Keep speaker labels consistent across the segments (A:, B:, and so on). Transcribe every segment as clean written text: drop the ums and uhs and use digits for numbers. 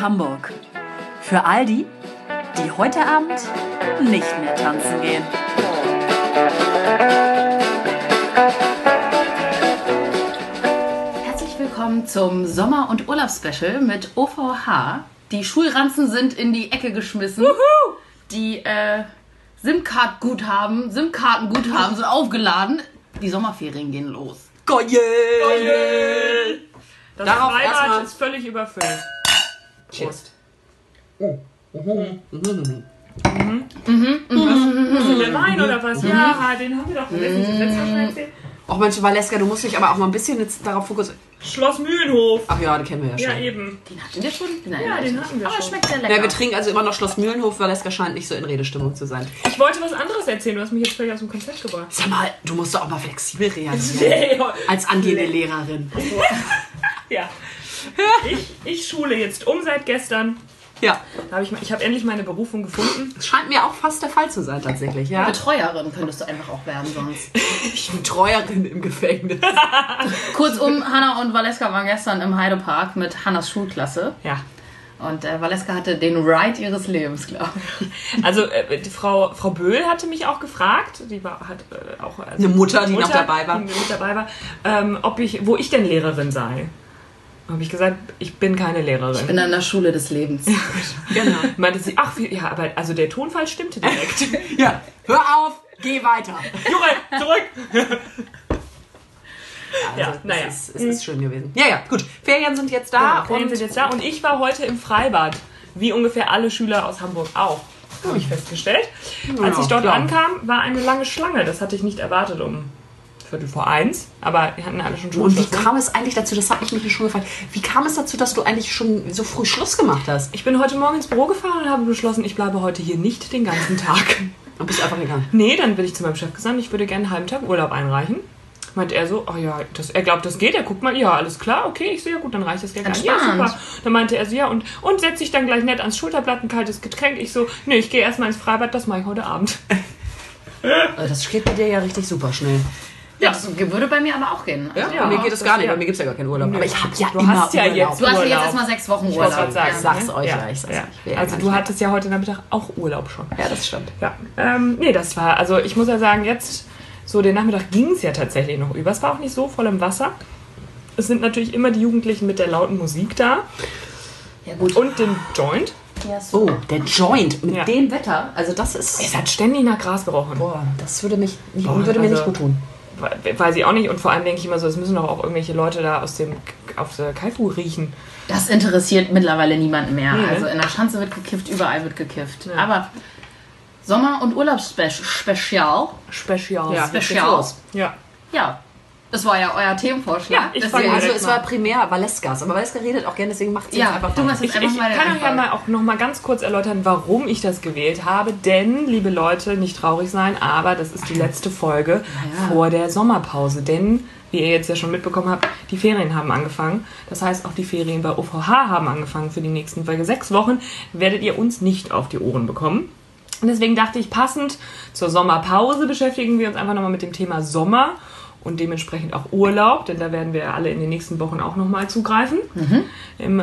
A: Hamburg. Für all die, die heute Abend nicht mehr tanzen gehen. Herzlich willkommen zum Sommer- und Urlaubsspecial mit OVH. Die Schulranzen sind in die Ecke geschmissen.
B: Wuhu!
A: Die SIM-Kartenguthaben sind aufgeladen. Die Sommerferien gehen los.
B: Geil!
C: Das
B: Darauf
C: Freibad
B: erstmal-
C: ist völlig überfüllt. Prost.
B: Mhm.
C: Der Wein oder was? Ja, den haben wir doch vergessen. Das letzte Mal schon erzählt.
B: Auch Mensch, Valeska, du musst dich aber auch mal ein bisschen jetzt darauf fokussieren.
C: Schloss Mühlenhof.
B: Ach ja, den kennen wir ja schon.
C: Ja, eben.
A: Den hatten wir schon? Nein,
C: Ja, den hatten wir
A: aber
C: schon.
A: schmeckt sehr lecker.
B: Ja, wir trinken also immer noch Schloss Mühlenhof. Valeska scheint nicht so in Redestimmung zu sein.
C: Ich wollte was anderes erzählen. Du hast mich jetzt völlig aus dem Konzept gebracht.
B: Sag mal, du musst doch auch mal flexibel reagieren. Als angehende Lehrerin.
C: Ja. Ich schule jetzt seit gestern.
B: Ja,
C: Ich habe endlich meine Berufung gefunden.
B: das scheint mir auch fast der Fall zu sein tatsächlich. Ja.
A: Betreuerin könntest du einfach auch werden sonst.
B: Ich bin Treuerin im Gefängnis.
A: Kurzum, Hanna und Valeska waren gestern im Heidepark mit Hannas Schulklasse.
C: Ja.
A: Und Valeska hatte den Ride ihres Lebens, glaube ich.
C: Also die Frau Böhl hatte mich auch gefragt, die hat auch also
B: Eine Mutter, die noch dabei war.
C: die mit dabei war, wo ich denn Lehrerin sei. Habe ich gesagt, ich bin keine Lehrerin.
A: Ich bin an der Schule des Lebens.
B: Genau.
C: Meinte sie, ja, aber also der Tonfall stimmte direkt.
B: Ja, hör auf, geh weiter.
C: Jure, zurück!
B: Also,
C: Ja, naja.
B: Es ist schön gewesen. Ja, ja, gut. Ferien sind jetzt da.
C: Ferien sind jetzt da und ich war heute im Freibad, wie ungefähr alle Schüler aus Hamburg auch, habe ich festgestellt. Als ich dort
B: klar.
C: ankam, war eine lange Schlange. Das hatte ich nicht erwartet um 1:15, aber wir hatten alle schon
B: Und wie
C: Schulschluss.
B: kam es eigentlich dazu, das hat mich nämlich schon gefragt, wie kam es dazu, dass du eigentlich schon so früh Schluss gemacht hast?
C: Ich bin heute Morgen ins Büro gefahren und habe beschlossen, ich bleibe heute hier nicht den ganzen Tag.
B: Und bist einfach gegangen.
C: Nee, dann bin ich zu meinem Chef gesagt, ich würde gerne einen halben Tag Urlaub einreichen. Meint er so, er glaubt, das geht. Er guckt mal, ja, alles klar, okay. Ich so, ja gut, dann reicht das Geld ein. Ja,
A: Entspannt.
C: super. Dann meinte er so, ja, und setz dich dann gleich nett ans Schulterblatt, ein kaltes Getränk. Ich so, nee, ich gehe erstmal ins Freibad, das mache ich heute Abend.
B: Das geht bei dir ja richtig super schnell.
A: Ja, das würde bei mir aber auch gehen.
B: Ja,
C: Ja,
B: bei mir geht es
C: das-
B: gar nicht,
C: ja.
B: bei mir gibt es ja gar keinen Urlaub. Aber ich habe ja
C: Du
B: immer
C: hast ja
B: Urlaub.
C: jetzt
A: Du hast ja jetzt
C: Urlaub.
A: erstmal 6 Wochen
C: Ich wollte
A: Urlaub.
C: gerade sagen.
B: Ich sag's
C: ne?
B: euch,
C: ja.
B: ja, ich sag's
C: ja.
B: euch. Ich will ja
C: Also
B: gar
C: du
B: nicht
C: hattest ja heute Nachmittag auch Urlaub schon.
B: Ja, das stimmt.
C: Ja, nee, das war, also ich muss ja sagen, jetzt, so den Nachmittag ging es ja tatsächlich noch über. Es war auch nicht so voll im Wasser. Es sind natürlich immer die Jugendlichen mit der lauten Musik da
A: Ja, gut.
C: und dem Joint.
A: Ja, so.
B: Oh, der Joint mit
C: Ja.
B: dem Wetter, also das ist...
C: Es hat ständig nach Gras gerochen.
B: Boah, das würde mir
C: also-
B: nicht gut tun.
C: Weiß ich auch nicht. Und vor allem denke ich immer so, es müssen doch auch irgendwelche Leute da auf der Kaifu riechen.
A: Das interessiert mittlerweile niemanden mehr.
C: Nee, ne?
A: Also in der Schanze wird gekifft, überall wird gekifft.
C: Ja.
A: Aber Sommer- und Urlaubsspezial.
C: Spezial.
B: Ja,
C: Ja.
B: jetzt geht's
A: Spezial.
B: los.
A: Ja, das war ja euer Themenvorschlag.
C: Ja, ich
A: Deswegen-
C: fang
B: Also
C: direkt
B: es war primär Valeskas, aber Valeska redet auch gerne, deswegen macht sie
A: Ja,
B: es einfach
A: du machst
B: weiter.
A: jetzt einfach mal den
C: kann euch ja
A: Einfall.
C: mal auch noch mal ganz kurz erläutern, warum ich das gewählt habe. Denn, liebe Leute, nicht traurig sein, aber das ist die letzte Folge vor der Sommerpause. Denn, wie ihr jetzt ja schon mitbekommen habt, die Ferien haben angefangen. Das heißt, auch die Ferien bei OVH haben angefangen für die nächsten 6 Wochen. Werdet ihr uns nicht auf die Ohren bekommen. Und deswegen dachte ich, passend zur Sommerpause beschäftigen wir uns einfach nochmal mit dem Thema Sommer und dementsprechend auch Urlaub, denn da werden wir alle in den nächsten Wochen auch nochmal zugreifen im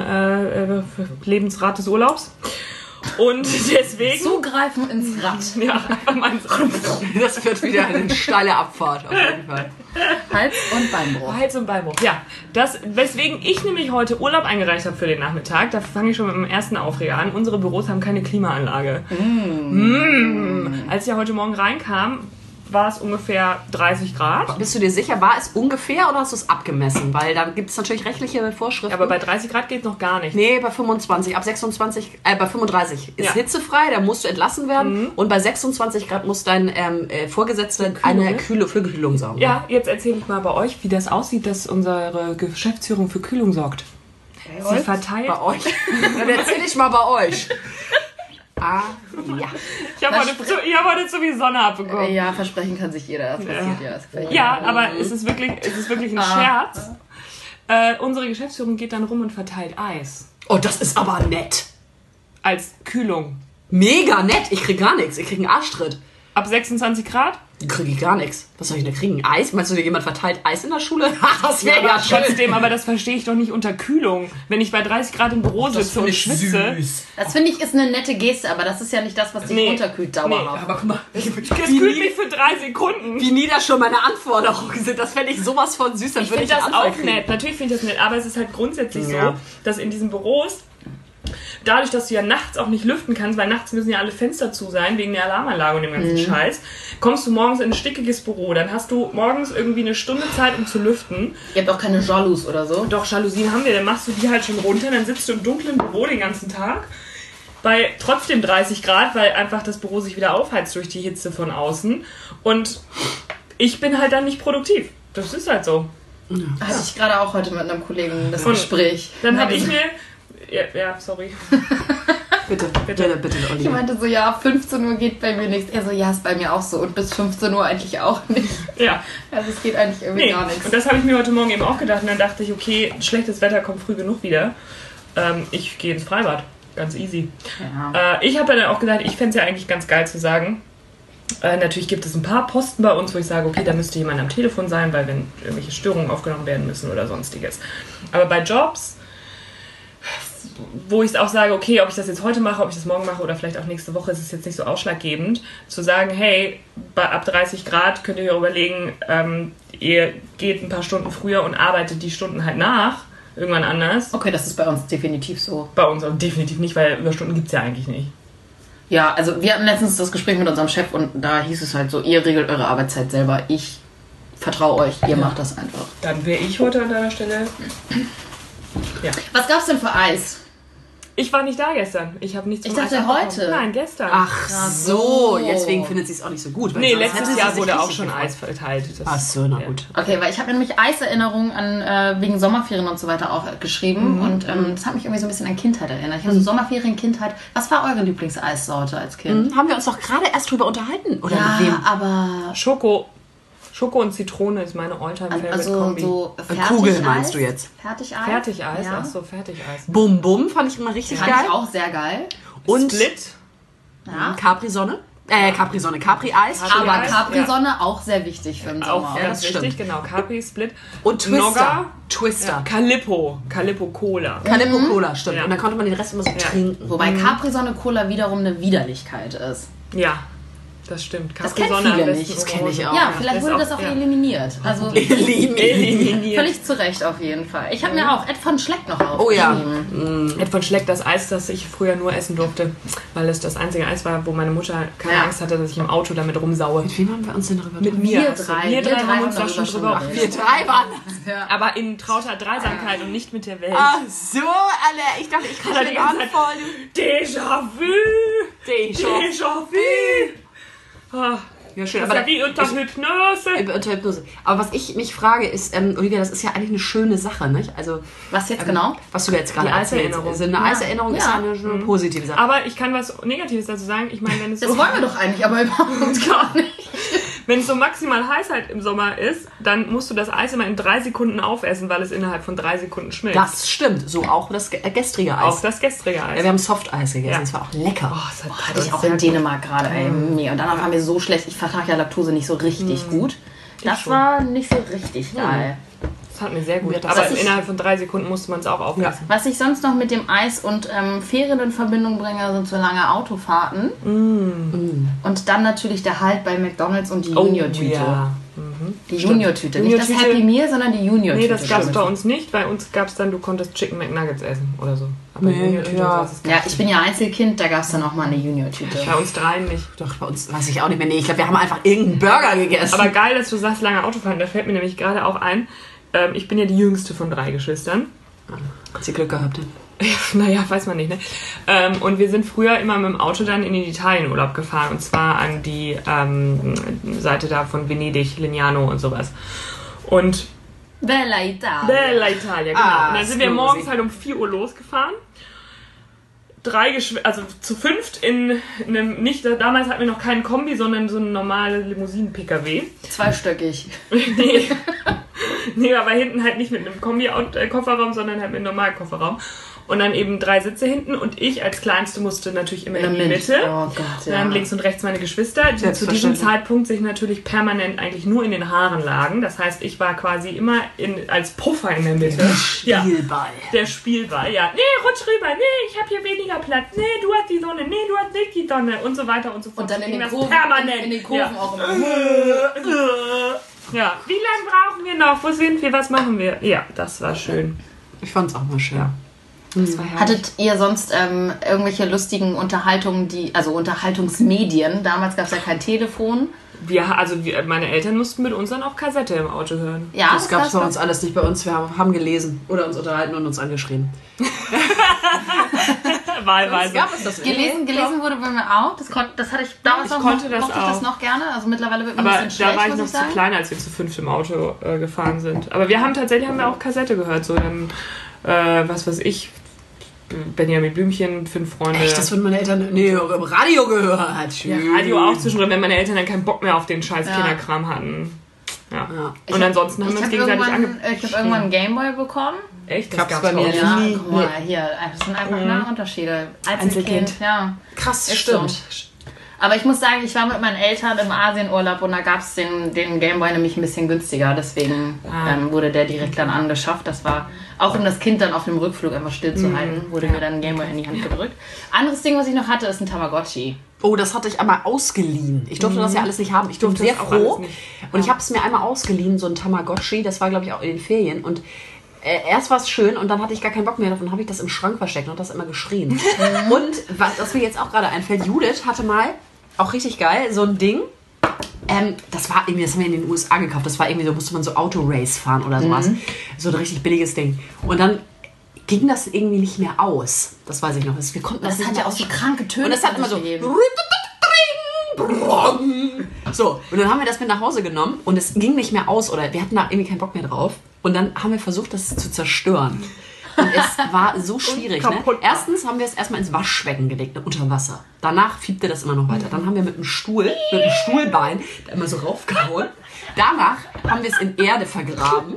C: Lebensrat des Urlaubs. Und deswegen...
A: Zugreifen ins Rad.
C: Ja, mein
B: Das wird wieder eine steile Abfahrt auf jeden Fall.
A: Hals- und Beinbruch.
C: Hals- und Beinbruch. Ja, weswegen ich nämlich heute Urlaub eingereicht habe für den Nachmittag. Da fange ich schon mit dem ersten Aufreger an. Unsere Büros haben keine Klimaanlage. Als ich ja heute Morgen reinkam, war es ungefähr 30 Grad.
B: Bist du dir sicher, war es ungefähr oder hast du es abgemessen? Weil da gibt es natürlich rechtliche Vorschriften.
C: Aber bei 30 Grad geht noch gar nicht.
B: Nee, bei 25, bei 35 ist
C: Ja.
B: hitzefrei, da musst du entlassen werden. Und bei 26 Grad muss dein Vorgesetzter eine für Kühlung sorgen.
C: Ja, jetzt erzähle ich mal bei euch, wie das aussieht, dass unsere Geschäftsführung für Kühlung sorgt. Sie verteilt.
B: Bei euch? Dann erzähl ich mal bei euch. Ah, ja.
C: Ich habe heute zu viel Sonne abbekommen.
A: Ja, versprechen kann sich jeder. Das passiert ja. Das gefällt
C: Ja,
A: mir.
C: aber es ist wirklich ein Scherz. Unsere Geschäftsführung geht dann rum und verteilt Eis.
B: Oh, das ist aber nett.
C: Als Kühlung.
B: Mega nett. Ich krieg gar nichts. Ich krieg einen Arschtritt.
C: Ab 26 Grad?
B: Kriege ich gar nichts. Was soll ich denn kriegen? Eis? Meinst du, jemand verteilt Eis in der Schule? Das wäre
C: Ja,
B: ja
C: aber
B: schön.
C: trotzdem, aber das verstehe ich doch nicht unter Kühlung. Wenn ich bei 30 Grad im Büro sitze und schwitze.
A: Das finde ich ist eine nette Geste, aber das ist ja nicht das, was dich runterkühlt dauerhaft.
B: Aber guck mal,
C: Das kühlt mich für 3 Sekunden.
B: wie nieder schon meine Anforderungen sind. Das fände ich sowas von süß. Dann
C: Ich
B: würde
C: finde
B: ich
C: das
B: einen Anfall
C: auch
B: kriegen.
C: nett. Natürlich finde ich das nett, aber es ist halt grundsätzlich
B: Ja.
C: so, dass in diesen Büros, dadurch, dass du ja nachts auch nicht lüften kannst, weil nachts müssen ja alle Fenster zu sein, wegen der Alarmanlage und dem ganzen Scheiß, kommst du morgens in ein stickiges Büro. Dann hast du morgens irgendwie eine Stunde Zeit, um zu lüften.
A: Ihr habt auch keine Jalous oder so.
C: Doch, Jalousien haben wir, dann machst du die halt schon runter, dann sitzt du im dunklen Büro den ganzen Tag. Bei trotzdem 30 Grad, weil einfach das Büro sich wieder aufheizt durch die Hitze von außen. Und ich bin halt dann nicht produktiv. Das ist halt so.
A: Hatte ich gerade auch heute mit einem Kollegen das Gespräch.
C: Dann habe ich mir... Ja, sorry.
B: Bitte, Olli.
A: Ich meinte so, ja, 15 Uhr geht bei mir nichts. Er so, ja, ist bei mir auch so. Und bis 15 Uhr eigentlich auch nicht.
C: Ja.
A: Also es geht eigentlich irgendwie gar
C: Und
A: nichts.
C: das habe ich mir heute Morgen eben auch gedacht. Und dann dachte ich, okay, schlechtes Wetter kommt früh genug wieder. Ich gehe ins Freibad. Ganz easy.
A: Ja.
C: Ich habe dann auch gedacht, ich fände es ja eigentlich ganz geil zu sagen, natürlich gibt es ein paar Posten bei uns, wo ich sage, okay, da müsste jemand am Telefon sein, weil wenn irgendwelche Störungen aufgenommen werden müssen oder sonstiges. Aber bei Jobs, wo ich auch sage, okay, ob ich das jetzt heute mache, ob ich das morgen mache oder vielleicht auch nächste Woche, ist es jetzt nicht so ausschlaggebend, zu sagen, hey, ab 30 Grad könnt ihr euch überlegen, ihr geht ein paar Stunden früher und arbeitet die Stunden halt nach, irgendwann anders.
A: Okay, das ist bei uns definitiv so.
C: Bei uns auch definitiv nicht, weil Überstunden gibt es ja eigentlich nicht.
A: Ja, also wir hatten letztens das Gespräch mit unserem Chef und da hieß es halt so, ihr regelt eure Arbeitszeit selber, ich vertraue euch, ihr macht das einfach.
C: Dann wäre ich heute an deiner Stelle. Ja.
A: Was gab's denn für Eis?
C: Ich war nicht da gestern. Ich habe nichts
A: Ich
C: vom
A: dachte,
C: Eis abbekommen.
A: heute.
C: Nein, gestern.
B: Ach
A: so.
B: so, deswegen findet sie es auch nicht so gut. weil
C: nee,
B: sonst
C: letztes
B: hätte sie
C: Jahr
B: sich
C: wurde auch
B: richtig
C: schon
B: gefreut.
C: Eis verteilt. Das,
B: Ach so, na gut.
A: Okay, weil ich habe nämlich Eiserinnerungen an wegen Sommerferien und so weiter auch geschrieben und das hat mich irgendwie so ein bisschen an Kindheit erinnert. Ich habe so Sommerferien, Kindheit. Was war eure Lieblingseissorte als Kind?
B: Haben wir uns doch gerade erst drüber unterhalten, oder mit wem?
A: Ja, aber
C: Schoko und Zitrone ist meine All-Time-Favorite-Kombi.
A: so Fertigeis.
B: Kugel meinst du jetzt?
A: Fertigeis?
C: Fertigeis,
A: Ja.
C: ach so, Fertigeis.
B: Bum Bum fand ich immer richtig
A: Fand
B: geil.
A: ich auch sehr geil.
B: Und
C: Split.
A: Ja.
B: Capri-Sonne. Capri-Eis.
A: Aber
C: Eis,
A: Capri-Sonne auch sehr wichtig für den Sommer.
C: Auch
B: Ja,
C: ganz
B: das
C: wichtig,
B: stimmt.
C: genau. Capri, Split.
B: Und Twister.
C: Nogga.
B: Twister.
C: Calippo Cola.
B: Calippo Cola, stimmt.
C: Ja.
B: Und dann konnte man den Rest immer so trinken.
A: Wobei Capri-Sonne Cola wiederum eine Widerlichkeit ist.
C: Ja, das stimmt.
A: Das kennt
C: Capri-Sonne am
A: viele
C: besten
A: nicht.
B: Das kenn ich
C: ohne
B: auch.
C: Hose.
A: Ja, vielleicht wurde das auch
C: ja.
A: eliminiert. Also
C: Eliminiert.
A: völlig zu Recht auf jeden Fall. Ich habe mir auch Ed von Schleck noch
B: Oh ja.
A: aufgeschrieben.
C: Ed von Schleck, das Eis, das ich früher nur essen durfte, weil es das einzige Eis war, wo meine Mutter keine
A: Ja.
C: Angst hatte, dass ich im Auto damit rumsaue.
B: Mit wem haben wir uns denn darüber
C: Mit mir.
A: Wir
C: hast du-
A: drei.
C: Wir drei haben uns da
A: darüber
C: schon drüber
A: geredet.
B: Wir drei waren das.
C: Aber in trauter Dreisamkeit und nicht mit der Welt.
B: Ach so, Alter. Ich dachte, ich kriege
C: die
B: den
C: ganze Zeit-
B: Anfall.
C: Déjà-vu! Déjà-vu! Ah,
B: Ja, schön.
C: das
B: Aber
C: ist ja wie unter Hypnose.
B: unter Hypnose. Aber was ich mich frage ist, Olivia, das ist ja eigentlich eine schöne Sache, nicht? Also,
A: Was jetzt genau?
B: was du da jetzt gerade
C: Die
B: erzählst.
C: Eiserinnerung.
B: Also eine Eiserinnerung ist
A: Ja.
B: ja eine schöne positive Sache.
C: Aber ich kann was Negatives dazu sagen. Ich meine, wenn es
A: Das
C: so,
A: wollen wir doch eigentlich, aber überhaupt gar nicht.
C: wenn es so maximal heiß halt im Sommer ist, dann musst du das Eis immer in 3 Sekunden aufessen, weil es innerhalb von 3 Sekunden schmilzt.
B: Das stimmt. So auch das gestrige Eis.
C: Auch das gestrige Eis.
B: Ja, wir haben Softeis gegessen.
C: Ja.
B: Das war auch lecker.
C: Oh, das hat
A: Hatte ich auch in Dänemark gerade, ey. Nee, und danach war mir so schlecht. Ich vertrage ja Laktose nicht so richtig gut. Das
C: schon.
A: war nicht so richtig geil.
C: Das hat mir sehr gut.
B: das
C: Aber
A: ist-
C: innerhalb von 3 Sekunden musste man es auch aufessen.
A: Was ich sonst noch mit dem Eis und Ferien in Verbindung bringe, sind so lange Autofahrten. Und dann natürlich der Halt bei McDonald's und die Junior-Tüte.
C: ja.
A: Die Junior-Tüte. Nicht das
C: Junior-Tüte-
A: Happy Meal, sondern die Junior-Tüte.
C: Nee, das gab es
A: Stimmt.
C: bei uns nicht. Bei uns gab es dann, du konntest Chicken McNuggets essen oder so. Aber
B: Nee,
C: Junior-Tüte
B: ja.
C: und so, das
A: Ja,
C: gab's
A: ich bin ja Einzelkind, da gab es dann auch mal eine Junior-Tüte.
C: bei uns dreien nicht.
B: Doch, bei uns weiß ich auch nicht mehr. Nee, ich glaube, wir haben einfach irgendeinen Burger gegessen.
C: Aber geil, dass du sagst, lange Autofahren. Da fällt mir nämlich gerade auch ein, ich bin ja die jüngste von 3 Geschwistern.
B: hat sie Glück gehabt.
C: Naja, weiß man nicht, ne? Und wir sind früher immer mit dem Auto dann in den Italienurlaub gefahren. Und zwar an die Seite da von Venedig, Lignano und sowas. Und
A: Bella Italia.
C: Bella Italia, genau.
B: Ah,
C: Und dann sind wir
B: scusi.
C: morgens halt um 4 Uhr losgefahren. Also zu 5 in einem, nicht, damals hatten wir noch keinen Kombi, sondern so eine normale Limousinen-Pkw.
A: Zweistöckig.
C: Nee, aber hinten halt nicht mit einem Kombi-Kofferraum, sondern halt mit einem normalen Kofferraum. und dann eben 3 Sitze hinten und ich als Kleinste musste natürlich immer in die Mitte.
A: Oh Gott, ja.
C: Dann links und rechts meine Geschwister, die zu diesem Zeitpunkt sich natürlich permanent eigentlich nur in den Haaren lagen. Das heißt, ich war quasi immer als Puffer in der Mitte.
B: Der Spielball.
C: Ja, der Spielball, ja. Nee, rutsch rüber, nee, ich habe hier weniger Platz, nee, du hast die Sonne, nee, du hast nicht die Sonne und so weiter und so fort.
A: Und dann in den Kurven,
C: permanent.
A: in den Kurven auch immer.
C: Ja, wie lange brauchen wir noch? Wo sind wir? Was machen wir? Ja, das war schön.
B: Ich fand's auch mal schön.
C: Ja. Das war
A: Hattet ihr sonst irgendwelche lustigen Unterhaltungen, Unterhaltungsmedien? Damals gab es ja kein Telefon.
C: Meine Eltern mussten mit uns dann auch Kassette im Auto hören.
A: Ja,
B: das gab's bei uns alles nicht. Bei uns, wir haben gelesen oder uns unterhalten und uns angeschrieben.
C: Wahlweise.
B: Gab es das
A: Gelesen wurde bei mir auch. Das hatte ich damals
C: Ich konnte das
A: mochte ich das noch gerne. Also mittlerweile wird mir
C: Aber
A: ein bisschen schlecht,
C: da war ich
A: muss
C: noch
A: ich
C: zu
A: sagen.
C: klein, als wir zu 5 im Auto gefahren sind. Aber wir haben auch Kassette gehört. So dann, was weiß ich, Benjamin Blümchen, 5 Freunde.
B: Echt, das würden meine Eltern im Radio gehört.
C: Ja, Radio auch zwischendrin, wenn meine Eltern dann keinen Bock mehr auf den scheiß Kinderkram hatten. Ja. Und ansonsten haben wir uns gegenseitig
A: Ich habe irgendwann einen Gameboy bekommen.
C: Echt? Das
B: Gab's
C: gab's
B: bei mir
C: nicht.
A: Ja,
B: nie.
A: guck mal, hier, das sind einfach Unterschiede. Einzelkind, ja.
B: Krass,
A: Ist
B: stimmt.
A: so. Aber ich muss sagen, ich war mit meinen Eltern im Asienurlaub und da gab es den Gameboy nämlich ein bisschen günstiger. Deswegen wurde der direkt dann angeschafft. Das war auch, um das Kind dann auf dem Rückflug einfach stillzuhalten, wurde mir dann ein Gameboy in die Hand gedrückt. Anderes Ding, was ich noch hatte, ist ein Tamagotchi.
B: Oh, das hatte ich einmal ausgeliehen. Ich durfte das ja alles nicht haben. Ich durfte sehr
C: das auch alles
B: froh.
C: nicht.
B: Und ich habe es mir einmal ausgeliehen, so ein Tamagotchi. Das war, glaube ich, auch in den Ferien. Und erst war es schön und dann hatte ich gar keinen Bock mehr. Davon habe ich das im Schrank versteckt und das immer geschrien. Und was mir jetzt auch gerade einfällt, Judith hatte mal, auch richtig geil, so ein Ding. Das war irgendwie, das haben wir in den USA gekauft. Das war irgendwie, so musste man so Autorace fahren oder sowas. So ein richtig billiges Ding. Und dann ging das irgendwie nicht mehr aus. Das weiß ich noch. Wir konnten das nicht
A: hat
B: mehr
A: ja auch so
B: ausschalten.
A: kranke Töne.
B: Und das hat immer so. So, und dann haben wir das mit nach Hause genommen und es ging nicht mehr aus oder wir hatten da irgendwie keinen Bock mehr drauf. Und dann haben wir versucht, das zu zerstören. Und es war so schwierig. Ne? Erstens haben wir es erstmal ins Waschbecken gelegt, unter Wasser. Danach fiebte das immer noch weiter. Dann haben wir mit einem Stuhlbein da immer so raufgehauen. Danach haben wir es in Erde vergraben.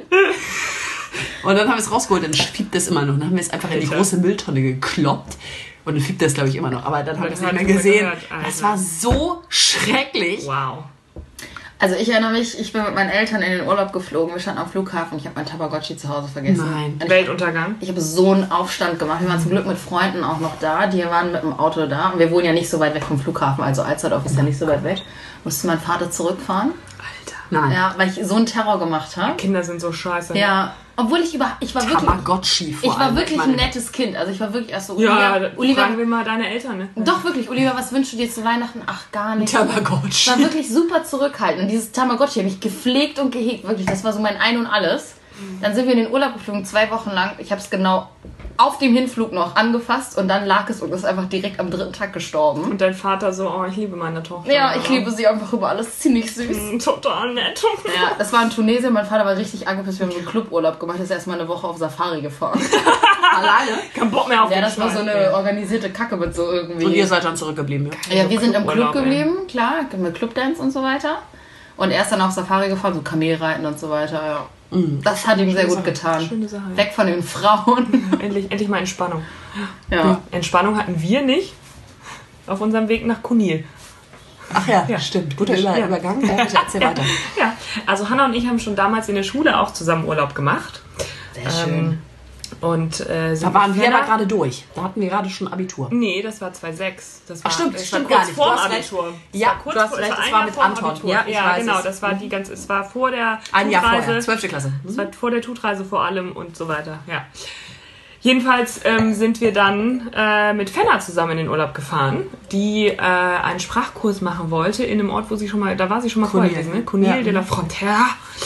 B: Und dann haben wir es rausgeholt, dann fiebt es immer noch. Dann haben wir es einfach in die große Mülltonne gekloppt. Und dann fiebt es, glaube ich, immer noch. Aber dann haben wir es nicht mehr gesehen. Das war so schrecklich.
C: Wow.
A: Also ich erinnere mich, ich bin mit meinen Eltern in den Urlaub geflogen. Wir standen am Flughafen und ich habe mein Tamagotchi zu Hause vergessen.
B: Nein.
C: Weltuntergang.
A: Ich habe so einen Aufstand gemacht. Wir waren zum Glück mit Freunden auch noch da. Die waren mit dem Auto da. Und wir wohnen ja nicht so weit weg vom Flughafen. Also Alsterdorf ist ja nicht so weit weg. Musste mein Vater zurückfahren.
C: Alter.
B: Nein.
A: Ja, weil ich so einen Terror gemacht habe.
C: Kinder sind so scheiße.
A: Ja, obwohl ich war wirklich...
B: Tamagotchi vor
A: Ich war
B: allem.
A: wirklich
B: meine,
A: ein nettes Kind. Also ich war wirklich erst so...
C: Ja,
A: Oliver,
C: fragen wir mal deine Eltern, ne?
A: doch wirklich, Oliver, was wünschst du dir zu Weihnachten? Ach, gar nichts.
B: Tamagotchi.
A: Ich war wirklich super zurückhaltend. Und dieses Tamagotchi habe ich gepflegt und gehegt. Wirklich, das war so mein Ein und Alles. Dann sind wir in den Urlaub geflogen, 2 Wochen lang. Ich habe es genau auf dem Hinflug noch angefasst und dann lag es und ist einfach direkt am 3. Tag gestorben.
C: Und dein Vater so, oh, ich liebe meine Tochter.
A: Ja, ich liebe sie einfach über alles. Ziemlich süß.
C: Total nett.
A: Ja, das war in Tunesien. Mein Vater war richtig angepisst. Wir haben so einen Cluburlaub gemacht. Er ist erstmal eine Woche auf Safari gefahren.
B: Alleine?
C: Kein Bock mehr auf
A: Ja,
C: den
A: das war so
C: Scheiß,
A: eine organisierte Kacke mit so irgendwie...
B: Und ihr seid dann zurückgeblieben, ja?
A: Ja, wir sind im Club
C: Cluburlaub,
A: geblieben, klar, mit Clubdance und so weiter. Und er ist dann auf Safari gefahren, so Kamelreiten und so weiter, ja. Das hat ihm sehr gut getan.
C: Schöne Sache, ja.
A: Weg von den Frauen.
C: Endlich mal Entspannung.
A: Ja.
C: Entspannung hatten wir nicht auf unserem Weg nach Kunil.
B: Ach ja, stimmt. Guter Übergang. Ja, bitte erzähl weiter.
C: Ja, also Hannah und ich haben schon damals in der Schule auch zusammen Urlaub gemacht.
A: Sehr schön.
C: Und
B: Da waren wir aber gerade durch. Da hatten wir gerade schon Abitur.
C: Nee, das war 2006. Das war,
B: Ach stimmt,
C: das
B: stimmt
C: war
B: gar
C: kurz
B: nicht.
C: vorm
B: Du hast recht.
C: Abitur.
B: Ja,
C: kurz
B: du hast
C: vor-
B: recht,
C: ein
B: es war
C: Jahr
B: mit
C: vorm
B: Anton.
C: Abitur.
B: Ja, ich weiß
C: genau,
B: es.
C: das war es war vor der
B: Ein Jahr
C: Tuchreise.
B: vorher, 12. Klasse.
C: Das war vor der Tutreise vor allem und so weiter, ja. Jedenfalls sind wir dann mit Fenner zusammen in den Urlaub gefahren, die einen Sprachkurs machen wollte in einem Ort, wo sie schon mal, da war sie schon mal vorher gewesen, ne? Cunil de la Frontera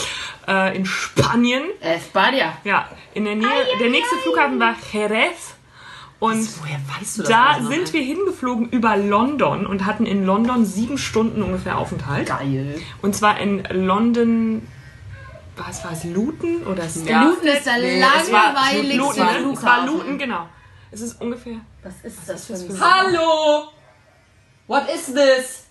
C: in Spanien.
A: España.
C: Ja, in der Nähe, der nächste Flughafen war Jerez. Und
B: Woher weißt du das?
C: da
B: alles noch,
C: sind
B: ey?
C: wir hingeflogen über London und hatten in London 7 Stunden ungefähr Aufenthalt.
A: Geil.
C: Und zwar in London, was war es, Luton oder
B: Ja.
A: Luton ist der
B: Nee, es war
A: langweiligste
C: Luton, ne? Es war
A: Flughafen.
C: Luton, genau. Es ist ungefähr.
A: Was ist das für ein...
B: Hallo! What is this?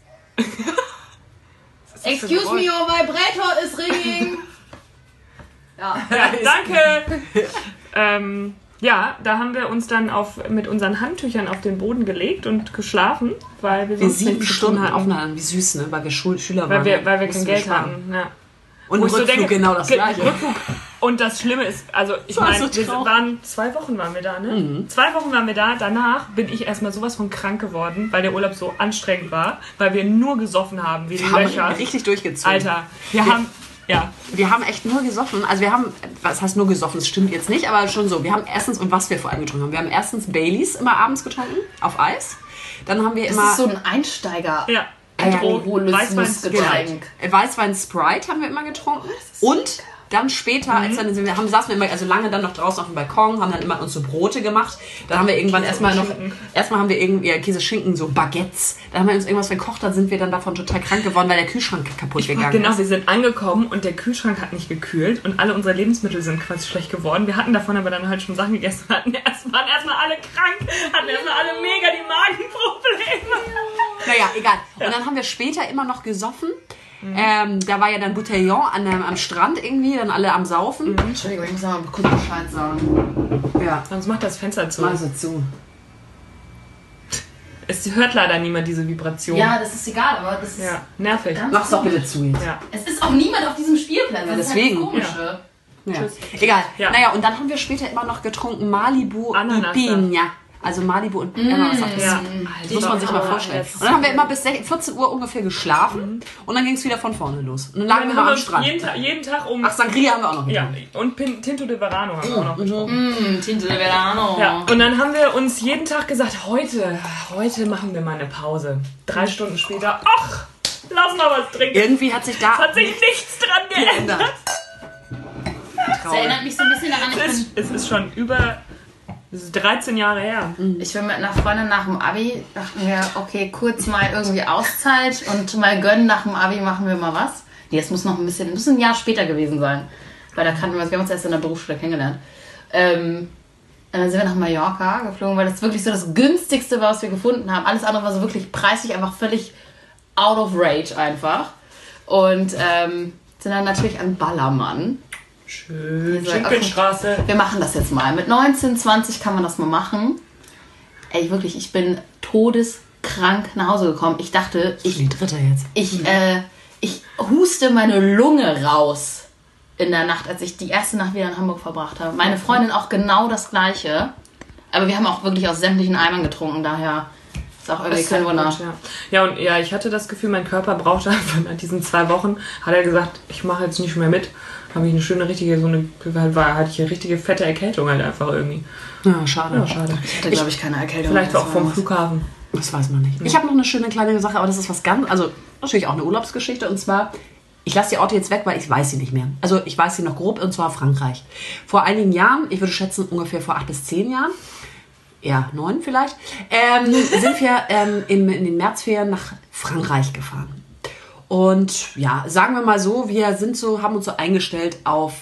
A: Excuse me, your vibrator is ringing. Ja.
C: Ja, danke! Ja, da haben wir uns dann mit unseren Handtüchern auf den Boden gelegt und geschlafen, weil wir
B: 7 Stunden aufeinander, wie süß, ne? Weil wir Schüler waren.
C: Weil wir kein Geld hatten, ja.
B: Und Rückflug genau das Gleiche.
C: Rückflug. Und das Schlimme ist, also ich meine, wir waren 2 Wochen waren wir da, ne? Mhm. 2 Wochen waren wir da. Danach bin ich erstmal sowas von krank geworden, weil der Urlaub so anstrengend war, weil wir nur gesoffen haben, wie die Löcher.
B: Haben richtig durchgezogen.
C: Alter, wir haben echt nur gesoffen. Also wir haben, was heißt nur gesoffen? Das stimmt jetzt nicht, aber schon so. Wir haben erstens, und was wir vor allem getrunken haben, wir haben erstens Baileys immer abends getrunken, auf Eis. Dann haben wir immer...
A: Das ist so ein Einsteiger.
C: Ja.
A: Weißwein-Sprite.
B: Weißwein-Sprite haben wir immer getrunken. Und dann später, als dann saßen wir immer, also lange dann noch draußen auf dem Balkon, haben dann immer uns so Brote gemacht. Dann haben wir irgendwann erstmal haben wir irgendwie Käse-Schinken, so Baguettes. Dann haben wir uns irgendwas verkocht, dann sind wir dann davon total krank geworden, weil der Kühlschrank kaputt gegangen ist.
C: Genau, wir sind angekommen und der Kühlschrank hat nicht gekühlt und alle unsere Lebensmittel sind quasi schlecht geworden. Wir hatten davon aber dann halt schon Sachen gegessen, waren erstmal alle krank, hatten erstmal alle mega die Magenprobleme.
B: Naja, egal. Und dann haben wir später immer noch gesoffen. Da war ja dann Bouteillon am Strand irgendwie, dann alle am Saufen.
A: Entschuldigung, ich muss mal kurz Bescheid sagen.
C: Ja. Sonst macht das Fenster zu.
B: Mach es zu.
C: Es hört leider niemand diese Vibration.
A: Ja, das ist egal, aber das ist
C: nervig.
B: Mach's doch bitte zu jetzt.
A: Ja. Es ist auch niemand auf diesem Spielplatz.
B: Ja, deswegen.
A: Das ist halt das
B: Komische. Ja. Egal. Ja. Naja, und dann haben wir später immer noch getrunken Malibu und Piña. Also Malibu und Ananas. Das muss man sich mal vorstellen. Und dann haben wir immer bis 14 Uhr ungefähr geschlafen und dann ging es wieder von vorne los. Und dann lagen wir am Strand.
C: Jeden Tag um...
B: Ach, Sangria haben wir auch noch
C: getrunken. Ja, und Tinto de Verano haben wir auch noch getrunken.
A: Tinto de Verano.
C: Ja, und dann haben wir uns jeden Tag gesagt, heute machen wir mal eine Pause. 3 Stunden später, ach, lass mal was trinken.
B: Irgendwie hat sich
C: nichts dran geändert.
A: Das erinnert mich so ein bisschen daran,
C: es ist schon das ist 13 Jahre her.
A: Ich bin mit einer Freundin nach dem Abi, dachten wir, okay, kurz mal irgendwie Auszeit und mal gönnen, nach dem Abi machen wir mal was. Nee, das muss noch ein Jahr später gewesen sein. Weil da kannten wir haben uns erst in der Berufsschule kennengelernt. Und dann sind wir nach Mallorca geflogen, weil das wirklich so das günstigste war, was wir gefunden haben. Alles andere war so wirklich preislich einfach völlig out of rage einfach. Und sind dann natürlich an Ballermann.
C: Schön, Schinkenstraße.
A: Okay, wir machen das jetzt mal. Mit 19, 20 kann man das mal machen. Ey, wirklich, ich bin todeskrank nach Hause gekommen. Ich dachte,
B: die dritte jetzt.
A: Ich huste meine Lunge raus in der Nacht, als ich die erste Nacht wieder in Hamburg verbracht habe. Meine Freundin auch genau das Gleiche. Aber wir haben auch wirklich aus sämtlichen Eimern getrunken, daher ist auch irgendwie kein Wunder.
C: Und ich hatte das Gefühl, mein Körper brauchte einfach nach diesen 2 Wochen, hat er gesagt, ich mache jetzt nicht mehr mit. Habe ich eine schöne, hatte ich eine richtige fette Erkältung halt einfach irgendwie.
B: Ja, schade.
A: Ich hatte, glaube ich, keine Erkältung.
C: Vielleicht auch vom Flughafen.
B: Das weiß man nicht. Ich habe noch eine schöne kleine Sache, aber das ist was ganz, also natürlich auch eine Urlaubsgeschichte und zwar, ich lasse die Orte jetzt weg, weil ich weiß sie nicht mehr. Also ich weiß sie noch grob und zwar Frankreich. Vor einigen Jahren, ich würde schätzen ungefähr vor 8 bis 10 Jahren, ja 9 vielleicht, sind wir in den Märzferien nach Frankreich gefahren. Und ja, sagen wir mal so, haben uns so eingestellt auf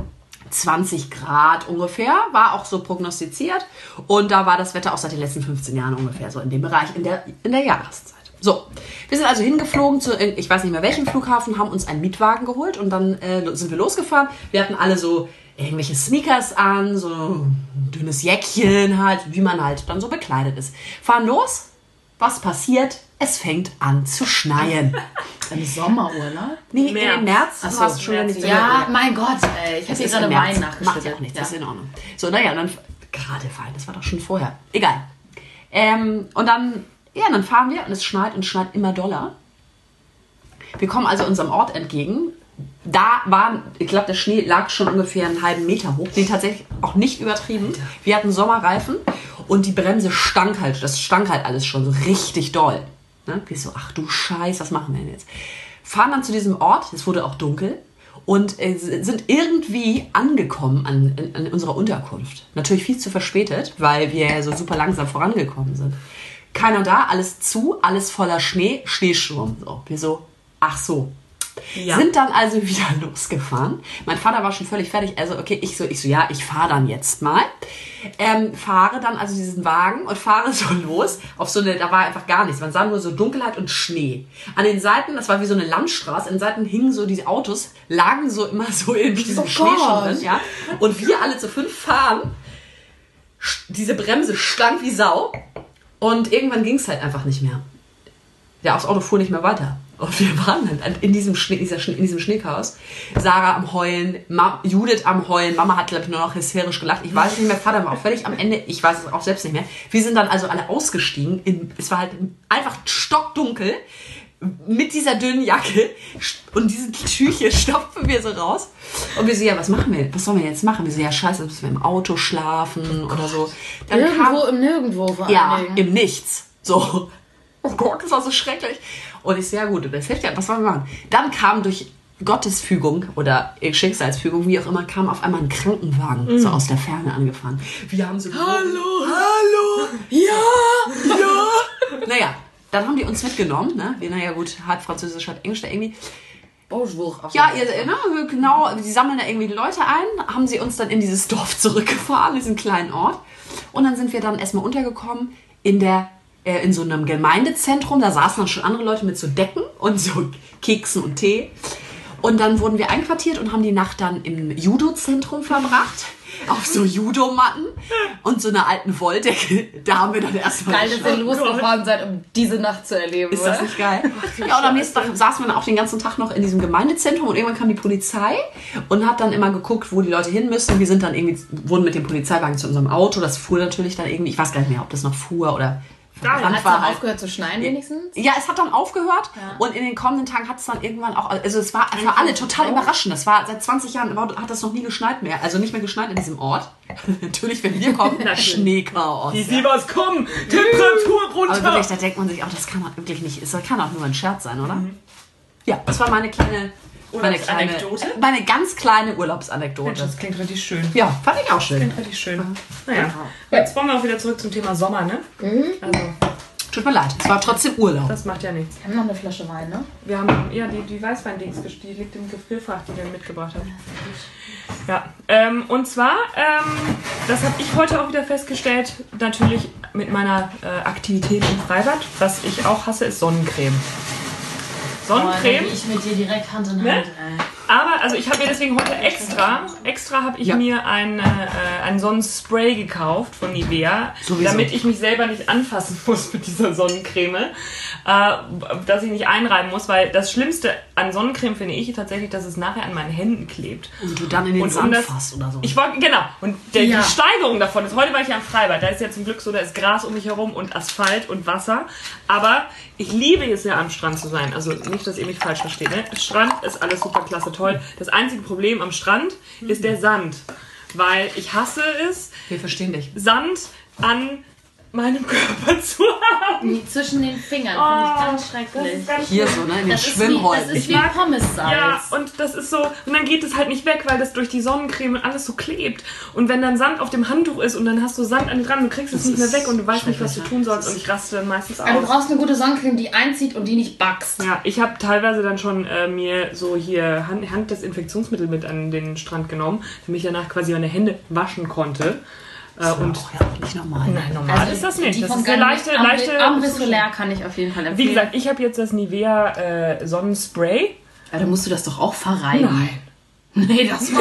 B: 20 Grad ungefähr, war auch so prognostiziert. Und da war das Wetter auch seit den letzten 15 Jahren ungefähr so in dem Bereich, in der Jahreszeit. So, wir sind also hingeflogen zu, ich weiß nicht mehr welchem Flughafen, haben uns einen Mietwagen geholt und dann sind wir losgefahren. Wir hatten alle so irgendwelche Sneakers an, so ein dünnes Jäckchen halt, wie man halt dann so bekleidet ist. Fahren los, was passiert? Es fängt an zu schneien.
A: Im Sommerurlaub?
B: Nee, im März.
A: Achso, du schon nicht mein Gott, ey. Ich habe hier gerade Wein nachgeschüttet.
B: Macht ja auch nichts, ist in Ordnung. So, naja, und dann, gerade Wein, das war doch schon vorher. Egal. Und dann fahren wir und es schneit immer doller. Wir kommen also unserem Ort entgegen. Ich glaube, der Schnee lag schon ungefähr einen halben Meter hoch. Den tatsächlich auch nicht übertrieben. Wir hatten Sommerreifen und die Bremse stank halt. Das stank halt alles schon so richtig doll. Ne? Wir so, ach du Scheiß, was machen wir denn jetzt? Fahren dann zu diesem Ort, es wurde auch dunkel und sind irgendwie angekommen an unserer Unterkunft. Natürlich viel zu verspätet, weil wir ja so super langsam vorangekommen sind. Keiner da, alles zu, alles voller Schnee, Schneesturm. So. Wir so, ach so. Ja. Sind dann also wieder losgefahren. Mein Vater war schon völlig fertig. Also okay, ich so, ja, ich fahre dann jetzt mal. Fahre dann also diesen Wagen und fahre so los. Da war einfach gar nichts. Man sah nur so Dunkelheit und Schnee. An den Seiten, das war wie so eine Landstraße, an den Seiten hingen so diese Autos, lagen so immer so in diesem Schnee schon drin. Ja? Und wir alle zu 5 fahren. diese Bremse stank wie Sau. Und irgendwann ging es halt einfach nicht mehr. Ja, das Auto fuhr nicht mehr weiter. Und wir waren dann in diesem Schneechaos. Sarah am Heulen, Judith am Heulen. Mama hat, glaube ich, nur noch hysterisch gelacht. Ich weiß nicht mehr, Vater war auch völlig am Ende. Ich weiß es auch selbst nicht mehr. Wir sind dann also alle ausgestiegen. Es war halt einfach stockdunkel. Mit dieser dünnen Jacke und diese Tücher stopfen wir so raus. Und wir so, ja, was machen wir? Was sollen wir jetzt machen? Wir so, ja, scheiße, müssen wir im Auto schlafen oder so. Dann
A: im Nirgendwo vor
B: allem. Ja, im Nichts. So. Oh Gott, das war so schrecklich. Und ich so, ja gut, das hilft ja, was wollen wir machen? Dann kam durch Gottes Fügung oder Schicksalsfügung, wie auch immer, kam auf einmal ein Krankenwagen so aus der Ferne angefahren. Wir haben so... Hallo! Ja! Naja, dann haben die uns mitgenommen, ne? Naja gut, halb Französisch, halb Englisch da irgendwie. Ja, genau, die sammeln da irgendwie Leute ein, haben sie uns dann in dieses Dorf zurückgefahren, diesen kleinen Ort. Und dann sind wir dann erstmal untergekommen in so einem Gemeindezentrum. Da saßen dann schon andere Leute mit so Decken und so Keksen und Tee. Und dann wurden wir einquartiert und haben die Nacht dann im Judo-Zentrum verbracht. Auf so Judomatten und so einer alten Wolldecke. Da haben wir dann erstmal...
A: Geil, dass ihr losgefahren seid, um diese Nacht zu erleben.
B: Ist das nicht geil? Ja, und am nächsten Tag saßen wir dann auch den ganzen Tag noch in diesem Gemeindezentrum und irgendwann kam die Polizei und hat dann immer geguckt, wo die Leute hin müssen. Wir sind dann wurden mit dem Polizeiwagen zu unserem Auto. Das fuhr natürlich dann irgendwie, ich weiß gar nicht mehr, ob das noch fuhr oder...
A: Hat es dann aufgehört zu schneien wenigstens?
B: Ja, es hat dann aufgehört und in den kommenden Tagen hat es dann irgendwann auch, also es war für alle total überraschend. Das war seit 20 Jahren, hat das noch nie geschneit mehr, also nicht mehr geschneit in diesem Ort. Natürlich, wenn wir kommen, Schneechaos.
C: Die Siebers kommen, Temperatur runter.
B: Aber wirklich, da denkt man sich, das kann doch wirklich nicht, das kann auch nur ein Scherz sein, oder? Ja, das war meine ganz kleine Urlaubsanekdote.
C: Mensch, das klingt richtig schön.
B: Ja, fand ich auch schön.
C: Das klingt richtig schön. Naja, jetzt wollen wir auch wieder zurück zum Thema Sommer, ne? Also,
B: tut mir leid, es war trotzdem Urlaub.
C: Das macht ja nichts.
A: Wir haben noch eine Flasche Wein, ne?
C: Wir haben, ja, die Weißwein-Dings, die liegt im Gefrierfach, die wir mitgebracht haben. Ja, und zwar, das habe ich heute auch wieder festgestellt, natürlich mit meiner Aktivität im Freibad. Was ich auch hasse, ist Sonnencreme. Sonnencreme.
A: Ich mit dir direkt Hand in Hand. Ne?
C: Aber, also ich habe mir deswegen heute extra habe ich mir ein Sonnenspray gekauft von Nivea, damit ich mich selber nicht anfassen muss mit dieser Sonnencreme, dass ich nicht einreiben muss, weil das Schlimmste an Sonnencreme finde ich tatsächlich, dass es nachher an meinen Händen klebt.
B: Und du dann in den Sand fasst oder so.
C: Genau. Und die Steigerung davon ist, heute war ich ja am Freibad, da ist ja zum Glück so, da ist Gras um mich herum und Asphalt und Wasser, aber ich liebe es ja am Strand zu sein, also nicht, dass ihr mich falsch versteht, ne? Strand ist alles super klasse, toll. Das einzige Problem am Strand ist der Sand, weil ich hasse es,
B: wir verstehen dich,
C: Sand an meinem Körper zu haben.
A: Zwischen den Fingern, finde ich ganz schrecklich.
B: Hier so, ne, in den Schwimmhäuten.
A: Das ist wie Pommessalz.
C: Ja, und das ist so, und dann geht es halt nicht weg, weil das durch die Sonnencreme und alles so klebt. Und wenn dann Sand auf dem Handtuch ist und dann hast du Sand an dir dran, du kriegst es nicht mehr weg und du weißt nicht, was du tun sollst und ich raste dann meistens aus.
A: Aber du brauchst eine gute Sonnencreme, die einzieht und die nicht backst.
C: Ja, ich habe teilweise dann schon mir so hier Handdesinfektionsmittel mit an den Strand genommen, damit ich danach quasi meine Hände waschen konnte.
B: Das und ja auch nicht normal.
C: Nein, normal ist das nicht. Das ist eine leichte
A: Ambre Solaire kann ich auf jeden Fall empfehlen.
C: Wie gesagt, ich habe jetzt das Nivea Sonnenspray.
B: Ja, dann musst du das doch auch verreiben.
C: Nein.
A: Nee, das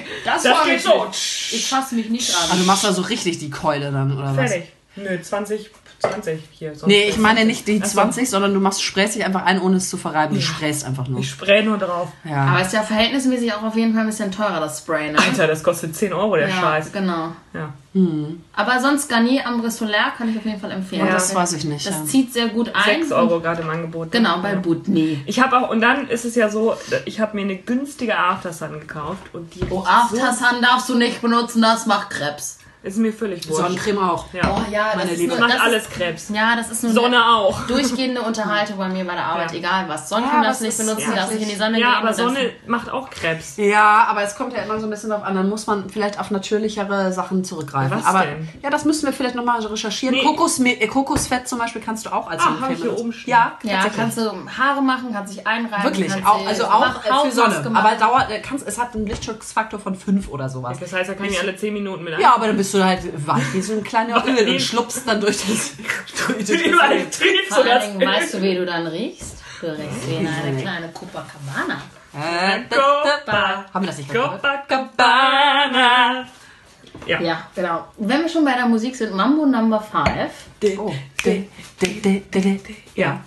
C: geht so.
A: Ich fasse mich nicht an.
B: Also du machst da so richtig die Keule dann, oder was?
C: Fertig. Nö, 20 hier.
B: Nee, ich meine nicht die 20, sondern du sprayst dich einfach ein, ohne es zu verreiben. Du sprayst einfach nur.
C: Ich spray nur drauf.
B: Ja.
A: Aber ist ja verhältnismäßig auch auf jeden Fall ein bisschen teurer, das Spray, ne?
C: Alter, das kostet 10 Euro, der Scheiß.
A: Genau.
C: Ja.
A: Aber sonst Garnier Ambre Solaire kann ich auf jeden Fall empfehlen.
B: Ja, das weiß ich nicht.
A: Das zieht sehr gut ein.
C: 6 Euro gerade im Angebot.
A: Genau, bei Butni.
C: Ich habe auch, und dann ist es ja so, ich habe mir eine günstige Aftersun gekauft. Und die
A: Aftersun darfst du nicht benutzen, das macht Krebs.
C: Ist mir völlig wurscht.
B: Sonnencreme auch.
C: Ja.
A: Oh ja,
B: meine Liebe.
C: Das macht alles Krebs.
A: Ja, das ist nur
C: Sonne auch.
A: Durchgehende Unterhaltung bei mir bei der Arbeit, egal was. Sonnencreme darfst du nicht benutzen, darfst nicht in die Sonne gehen.
C: Ja, aber Sonne macht auch Krebs.
B: Ja, aber es kommt ja immer so ein bisschen drauf an. Dann muss man vielleicht auf natürlichere Sachen zurückgreifen.
C: Was
B: aber
C: denn?
B: Ja, das müssen wir vielleicht nochmal recherchieren. Nee. Kokosfett zum Beispiel kannst du auch als Sonnencreme
C: hier oben stehen.
B: Ja,
A: kannst du Haare machen, kannst dich einreiben.
B: Wirklich, auch für Sonne. Aber es hat einen Lichtschutzfaktor von 5 oder sowas.
C: Das heißt, da kann ich alle 10 Minuten mit
B: Ja, aber dann bist du halt weich wie so ein kleiner Öl und schlupst dann durch das...
A: Vor allen Dingen, weißt du, wie du dann riechst? Du riechst wie eine kleine Copacabana.
B: Haben wir das nicht gehört?
C: Copacabana.
A: Ja, genau. Wenn wir schon bei der Musik sind, Mambo Number 5.
B: Oh.
C: Ja.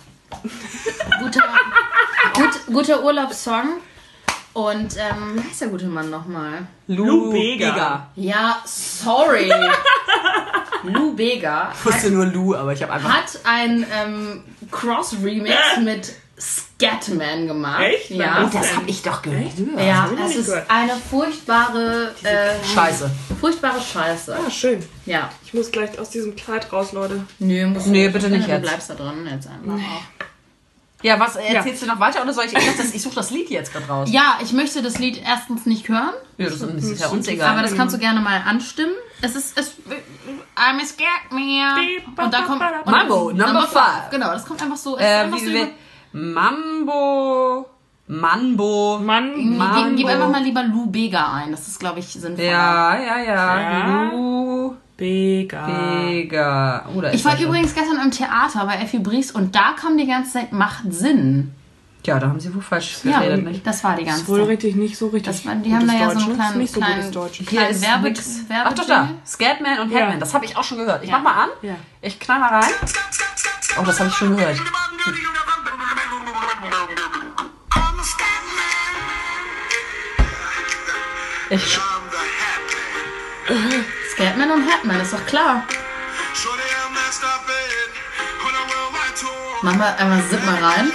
A: Guter Urlaubssong. Und wie heißt der gute Mann nochmal?
C: Lou Bega.
A: Ja, sorry. Lou Bega
B: Ich wusste nur Lou, aber ich habe einfach...
A: hat ein Cross-Remix mit Scatman gemacht.
C: Echt?
A: Ja.
B: Oh, das habe ich doch gehört.
A: Ja,
C: hab ich noch
A: es
C: nicht
A: ist
C: gehört.
A: eine furchtbare
B: Scheiße.
A: Furchtbare Scheiße.
C: Ah, schön.
A: Ja.
C: Ich muss gleich aus diesem Kleid raus, Leute.
A: Nee,
B: bitte nicht
A: Du
B: jetzt.
A: bleibst da drin jetzt einfach auch.
B: Ja, was erzählst du noch weiter oder soll ich? Ich suche das Lied jetzt gerade raus.
A: Ja, ich möchte das Lied erstens nicht hören,
B: Ja, das ist ja uns egal.
A: aber das kannst du gerne mal anstimmen. I'm a scared man. Und da kommt
B: Mambo Number 5.
A: Genau, das kommt einfach so. Es ist einfach so
B: Mambo.
A: Gib einfach mal lieber Lou Bega ein. Das ist, glaube ich, sinnvoll.
B: Ja. Lou
C: Bega.
B: Oder
A: Ich war übrigens gestern im Theater bei Effi Briest und da kam die ganze Zeit Macht Sinn.
B: Ja, da haben sie wohl falsch
A: Ja,
B: geredet, nicht?
A: das war die
C: Das
A: ganze
C: ist wohl
A: Zeit.
C: richtig, nicht so richtig.
A: Das war, die haben da ja so einen
C: Deutsch, ne? Nicht so
A: kleinen
C: gutes Deutsch.
B: Hier ist nix. Ach doch, da. Scatman und Hatman. Das habe ich auch schon gehört. Ich mach mal an.
C: Ja.
B: Ich knall mal rein. Oh, das habe ich schon gehört.
A: Scatman und Hatman, ist doch klar. Mach mal einmal Zip mal rein.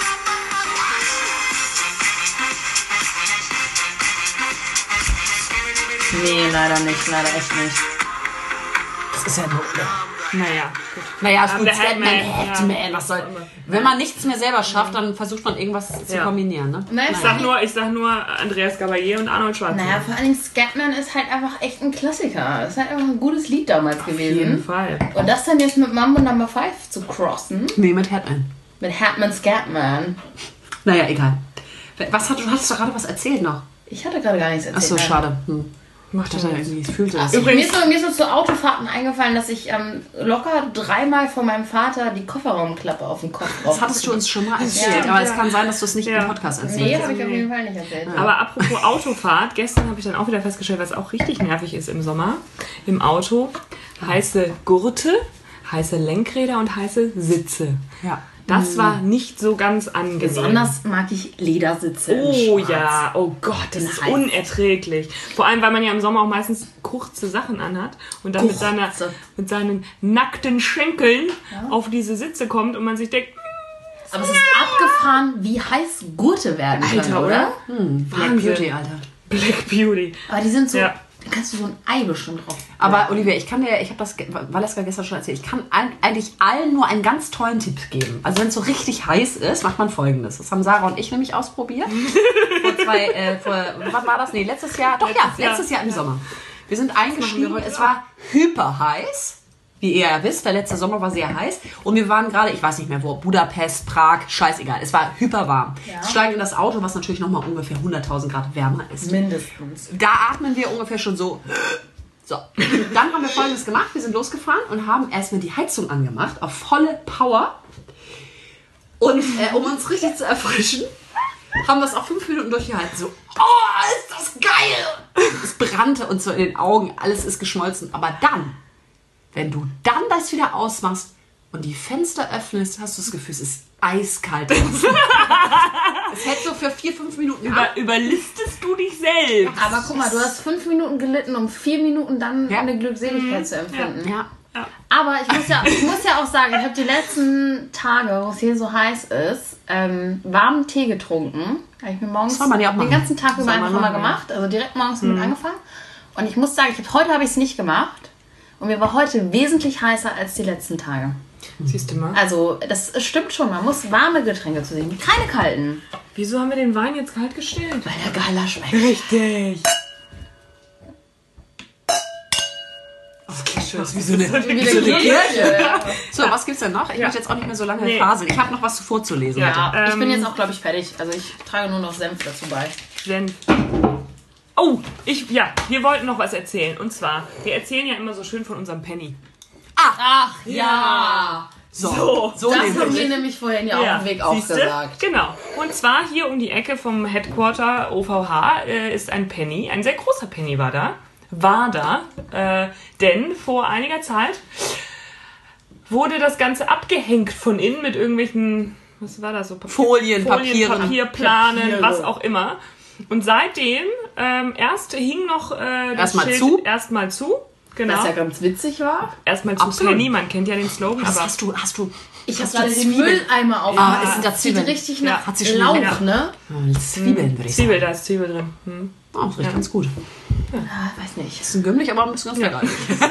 A: Nee, leider nicht, leider echt nicht.
B: Das ist ja nur...
C: Naja.
B: Naja, ist gut.
C: der
B: Scatman,
C: Hatman,
B: Hatman. Was soll... Wenn man nichts mehr selber schafft, dann versucht man irgendwas zu kombinieren, ne?
A: Nein,
C: Ich sag nur Andreas Gabalier und Arnold Schwarzenegger.
A: naja, vor allem Scatman ist halt einfach echt ein Klassiker. Das ist halt einfach ein gutes Lied damals
C: Auf jeden
A: gewesen.
C: Fall.
A: Und das dann jetzt mit Mambo Number 5 zu crossen,
B: Nee, mit Hatman.
A: mit Hatman Scatman.
B: Naja, egal. Du hattest doch gerade was erzählt noch.
A: Ich hatte gerade gar nichts erzählt.
B: Achso, schade.
C: Macht
B: Ich
C: das
B: fühlte das.
A: Mir ist so zu Autofahrten eingefallen, dass ich locker 3-mal von meinem Vater die Kofferraumklappe auf den Kopf drauf.
B: Das hattest du uns schon mal erzählt,
A: Ja.
B: aber es kann sein, dass du es nicht
C: Ja.
B: im Podcast
A: Nee,
B: erzählt
A: habe
B: hast.
A: ich auf jeden Fall nicht erzählt.
C: Aber apropos Autofahrt, gestern habe ich dann auch wieder festgestellt, was auch richtig nervig ist im Sommer. Im Auto heiße Gurte, heiße Lenkräder und heiße Sitze.
B: Ja.
C: Das war nicht so ganz angenehm.
A: Besonders mag ich Ledersitze. in
C: Oh
A: Schwarz.
C: ja, oh Gott, das ist
A: heiß.
C: unerträglich. Vor allem, weil man ja im Sommer auch meistens kurze Sachen anhat und dann mit seinen nackten Schenkeln auf diese Sitze kommt und man sich denkt,
A: Aber es ist abgefahren, wie heiß Gurte werden können,
C: Alter, oder?
B: Black Beauty, Alter.
C: Black Beauty.
A: Aber die sind so,
C: Ja.
A: da kannst du so ein Ei bestimmt drauf.
B: Aber Olivia, ich habe das Valeska gestern schon erzählt, ich kann eigentlich allen nur einen ganz tollen Tipp geben. Also wenn es so richtig heiß ist, macht man Folgendes. Das haben Sarah und ich nämlich ausprobiert. Wann war das? Nee, letztes Jahr. Doch, letztes Jahr im Sommer. Wir sind eingestiegen, es war hyper heiß. Wie ihr ja wisst, der letzte Sommer war sehr heiß. Und wir waren gerade, ich weiß nicht mehr wo, Budapest, Prag, scheißegal. Es war hyper warm.
A: Ja.
B: Steigen in das Auto, was natürlich nochmal ungefähr 100.000 Grad wärmer ist.
A: Mindestens.
B: Da atmen wir ungefähr schon so. So, dann haben wir Folgendes gemacht. Wir sind losgefahren und haben erstmal die Heizung angemacht auf volle Power. Und um uns richtig zu erfrischen, haben das auch 5 Minuten durchgehalten. So, oh, ist das geil! Es brannte uns so in den Augen, alles ist geschmolzen. Aber dann, wenn du dann das wieder ausmachst und die Fenster öffnest, hast du das Gefühl, es ist eiskalt. Es hält so für 4-5 Minuten
C: Überlistest du dich selbst?
A: Aber guck mal, du hast 5 Minuten gelitten, um 4 Minuten dann eine Glückseligkeit zu empfinden.
B: Ja.
A: Aber ich muss ja auch sagen, ich habe die letzten Tage, wo es hier so heiß ist, warmen Tee getrunken. Habe ich mir morgens
B: soll man ja auch
A: den
B: machen.
A: ganzen Tag über
B: Soll man
A: einfach mal
B: machen,
A: gemacht. Also direkt morgens damit angefangen. Und ich muss sagen, heute habe ich es nicht gemacht. Und mir war heute wesentlich heißer als die letzten Tage.
C: Siehst du mal.
A: Also, das stimmt schon. Man muss warme Getränke zu sich, keine kalten.
C: Wieso haben wir den Wein jetzt kalt gestellt?
A: Weil der geiler schmeckt.
C: Richtig.
B: Das ist wie so eine
A: Kirche.
B: So, was gibt's denn noch? Ich möchte jetzt auch nicht mehr so lange
C: Nee.
B: faseln. Ich habe noch was vorzulesen.
A: Ja, ich bin jetzt auch, glaube ich, fertig. Also ich trage nur noch Senf dazu bei.
C: Senf. Oh, wir wollten noch was erzählen. Und zwar, wir erzählen ja immer so schön von unserem Penny.
A: Ach ja!
B: So
A: Das haben wir
B: nämlich.
A: nämlich vorhin ja auf dem Weg auch
C: siehste?
A: gesagt.
C: Genau. Und zwar hier um die Ecke vom Headquarter OVH ist ein Penny. Ein sehr großer Penny war da. WADA, denn vor einiger Zeit wurde das Ganze abgehängt von innen mit irgendwelchen, was war das so?
B: Folien,
C: Papierplanen, was auch immer. Und seitdem, erst hing noch das Schild erstmal zu. Genau.
A: Was ja ganz witzig war.
C: Erstmal zu Penny, man kennt ja den Slogan.
B: Aber
C: hast du
A: ich habe gerade den Mülleimer aufgemacht.
B: Das sind da Zwiebeln.
A: Sieht richtig nach
B: hat sie schon
A: Lauch, ne?
B: Zwiebeln, würde ich sagen.
C: Da ist Zwiebel drin.
B: Das riecht ganz gut.
A: Weiß nicht.
B: Das ist ein gümmelig, aber ein bisschen ganz lecker.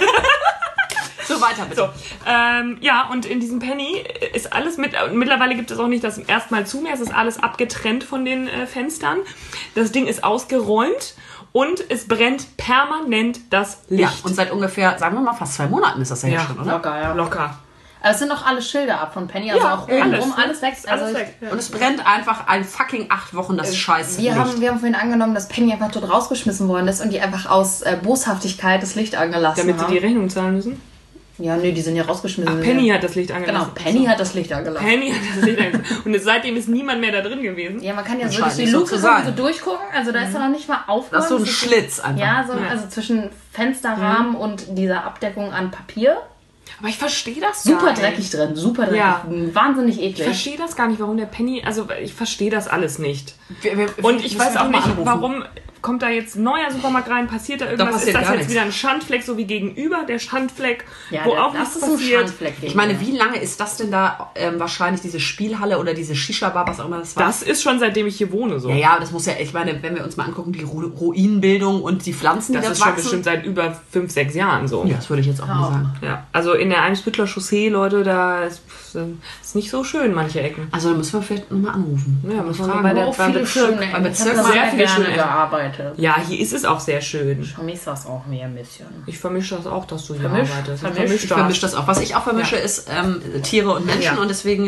B: So, weiter bitte.
C: So, und in diesem Penny ist alles mittlerweile gibt es auch nicht das erstmal zu mehr, es ist alles abgetrennt von den Fenstern. Das Ding ist ausgeräumt und es brennt permanent das Licht.
B: Ja, und seit ungefähr, sagen wir mal, fast 2 Monaten ist das ja schon, oder?
A: Locker, ja.
C: Locker.
A: Aber es sind auch alle Schilder ab von Penny, also auch oben alles weg.
C: Alles weg. Ja.
B: Und es brennt einfach ein fucking 8 Wochen das scheiß
A: Wir
B: Licht.
A: haben vorhin angenommen, dass Penny einfach dort rausgeschmissen worden ist und die einfach aus Boshaftigkeit das Licht angelassen
C: Damit
A: haben.
C: sie die Rechnung zahlen müssen?
A: Ja, nee, die sind ja rausgeschmissen.
C: Penny hat das Licht angelassen.
A: Genau, Penny hat das Licht angelassen.
C: Penny hat das Licht angelassen. Und seitdem ist niemand mehr da drin gewesen.
A: Ja, man kann ja so
B: scheint
A: durch die
B: nicht so
A: Luke
B: zu sein.
A: so durchgucken. Also da ist ja noch nicht mal aufgeräumt.
B: Das ist so ein Schlitz einfach.
A: Ja, also zwischen Fensterrahmen und dieser Abdeckung an Papier.
C: Aber ich verstehe das
A: Super
C: gar nicht.
A: dreckig drin, super dreckig.
C: Ja.
A: Wahnsinnig
C: Ich
A: eklig.
C: verstehe das gar nicht, warum der Penny, also ich verstehe das alles nicht.
B: Wir
C: Und ich weiß auch nicht,
B: anrufen.
C: warum kommt da jetzt ein neuer Supermarkt rein, passiert da irgendwas?
B: passiert
C: Ist das
B: gar
C: jetzt
B: nichts.
C: wieder ein Schandfleck, so wie gegenüber der Schandfleck,
A: Ja,
C: wo auch
A: das
C: nichts
A: ist ein
C: passiert?
A: Schandfleck.
B: Ich meine, wie lange ist das denn da wahrscheinlich diese Spielhalle oder diese Shisha-Bar, was auch immer das war?
C: Das ist schon seitdem ich hier wohne so.
B: Ja, das muss ja, ich meine, wenn wir uns mal angucken, die Ruinenbildung und die Pflanzen, die
C: Das
B: da
C: ist schon
B: wachsen.
C: bestimmt seit über 5-6 Jahren so.
B: Ja, das würde ich jetzt auch mal sagen.
C: Ja, also in der Eimsbüttler Chaussee, Leute, da ist nicht so schön, manche Ecken.
B: Also da müssen wir vielleicht nochmal anrufen.
C: Ja, müssen wir
B: fragen.
C: mal beim
A: viele
C: Bezirk.
A: schöne
B: beim Bezirk
A: ich hab da
C: sehr viele
A: gerne
C: schöne
A: gearbeitet.
C: Ja, hier ist es auch sehr schön.
A: Ich vermisse das auch mehr ein bisschen.
C: Ich vermische das auch, dass du hier
A: Vermischt?
C: arbeitest.
A: Vermischt?
B: Ich vermische das auch. Was ich auch vermische, ist Tiere und Menschen.
C: Ja.
B: Und deswegen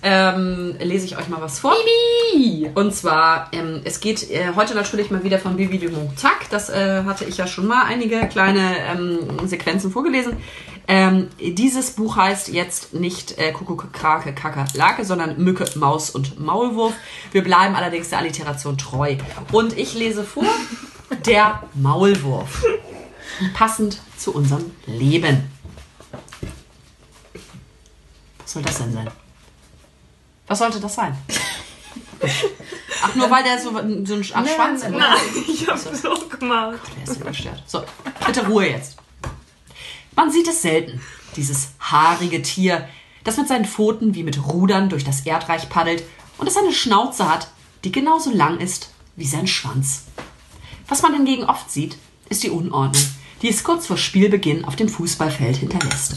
B: lese ich euch mal was vor.
A: Bibi!
B: Und zwar, es geht heute natürlich mal wieder von Bibi du Montag. Das hatte ich ja schon mal einige kleine Sequenzen vorgelesen. Dieses Buch heißt jetzt nicht Kuckuck, Krake, Kakerlake, sondern Mücke, Maus und Maulwurf. Wir bleiben allerdings der Alliteration treu. Und ich lese vor Der Maulwurf. Passend zu unserem Leben. Was soll das denn sein? Was sollte das sein? Ach, nur weil der so einen Schwanz im
C: Nein, ich hab's so gemacht.
B: Der ist überstört. So, bitte Ruhe jetzt. Man sieht es selten, dieses haarige Tier, das mit seinen Pfoten wie mit Rudern durch das Erdreich paddelt und das eine Schnauze hat, die genauso lang ist wie sein Schwanz. Was man hingegen oft sieht, ist die Unordnung, die es kurz vor Spielbeginn auf dem Fußballfeld hinterlässt.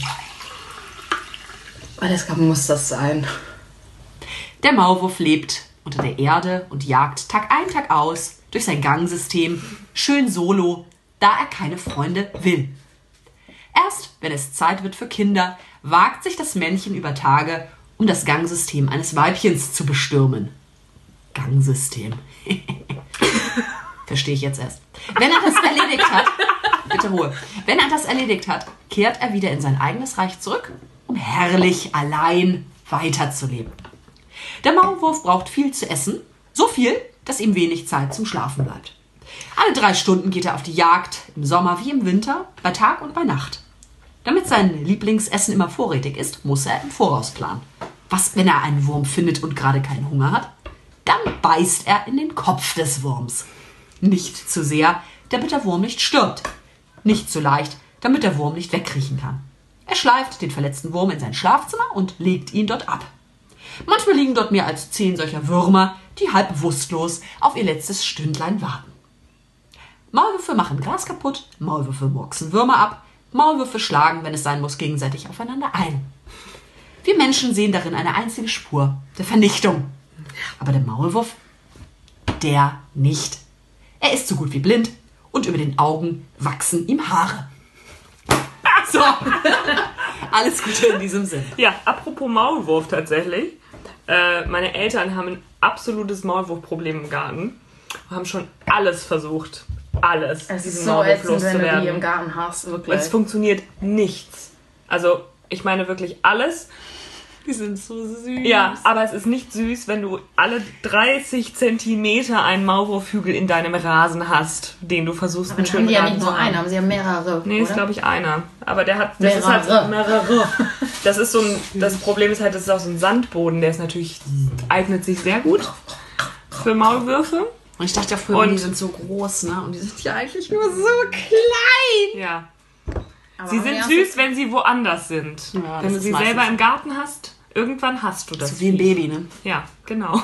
A: Alles muss das sein.
B: Der Maulwurf lebt unter der Erde und jagt Tag ein, Tag aus durch sein Gangsystem, schön solo, da er keine Freunde will. Erst wenn es Zeit wird für Kinder, wagt sich das Männchen über Tage, um das Gangsystem eines Weibchens zu bestürmen. Gangsystem. Verstehe ich jetzt erst. Wenn er das erledigt hat, bitte Ruhe. Wenn er das erledigt hat, kehrt er wieder in sein eigenes Reich zurück, um herrlich allein weiterzuleben. Der Maulwurf braucht viel zu essen, so viel, dass ihm wenig Zeit zum Schlafen bleibt. Alle 3 Stunden geht er auf die Jagd, im Sommer wie im Winter, bei Tag und bei Nacht. Damit sein Lieblingsessen immer vorrätig ist, muss er im Voraus planen. Was, wenn er einen Wurm findet und gerade keinen Hunger hat? Dann beißt er in den Kopf des Wurms. Nicht zu sehr, damit der Wurm nicht stirbt. Nicht zu leicht, damit der Wurm nicht wegkriechen kann. Er schleift den verletzten Wurm in sein Schlafzimmer und legt ihn dort ab. Manchmal liegen dort mehr als 10 solcher Würmer, die halb bewusstlos auf ihr letztes Stündlein warten. Maulwürfe machen Gras kaputt, Maulwürfe murksen Würmer ab, Maulwürfe schlagen, wenn es sein muss, gegenseitig aufeinander ein. Wir Menschen sehen darin eine einzige Spur der Vernichtung. Aber der Maulwurf, der nicht. Er ist so gut wie blind und über den Augen wachsen ihm Haare. So, alles Gute in diesem Sinn.
C: Ja, apropos Maulwurf tatsächlich. Meine Eltern haben ein absolutes Maulwurfproblem im Garten. Haben schon alles versucht. Alles.
A: Es ist
C: diesen
A: so
C: Maulwurf
A: ätzend, wenn du die
C: loszuwerden.
A: im Garten hast, wirklich.
C: Es funktioniert nichts. Also, ich meine wirklich alles.
B: Die sind so süß.
C: Ja, aber es ist nicht süß, wenn du alle 30 Zentimeter einen Maulwurfhügel in deinem Rasen hast, den du versuchst
A: Aber dann haben die ja nicht nur einen, haben sie ja mehrere.
C: Nee,
A: oder?
C: ist glaube ich einer. Aber der hat...
A: Mehrere.
C: Das ist halt mehrere. Das ist so ein... Das Problem ist halt, das ist auch so ein Sandboden, der ist natürlich... eignet sich sehr gut für Maulwürfe.
B: Und ich dachte ja früher, die sind so groß, ne? Und die sind ja eigentlich nur so klein.
C: Ja.
A: Aber
C: Sie
A: haben
C: sind
A: die auch
C: süß, wenn sie woanders sind.
B: Ja,
C: wenn
B: das
C: du
B: ist
C: sie
B: meistens
C: selber
B: so.
C: im Garten hast, irgendwann hast du das.
B: So wie ein
C: Viech.
B: Baby, ne?
C: Ja, genau.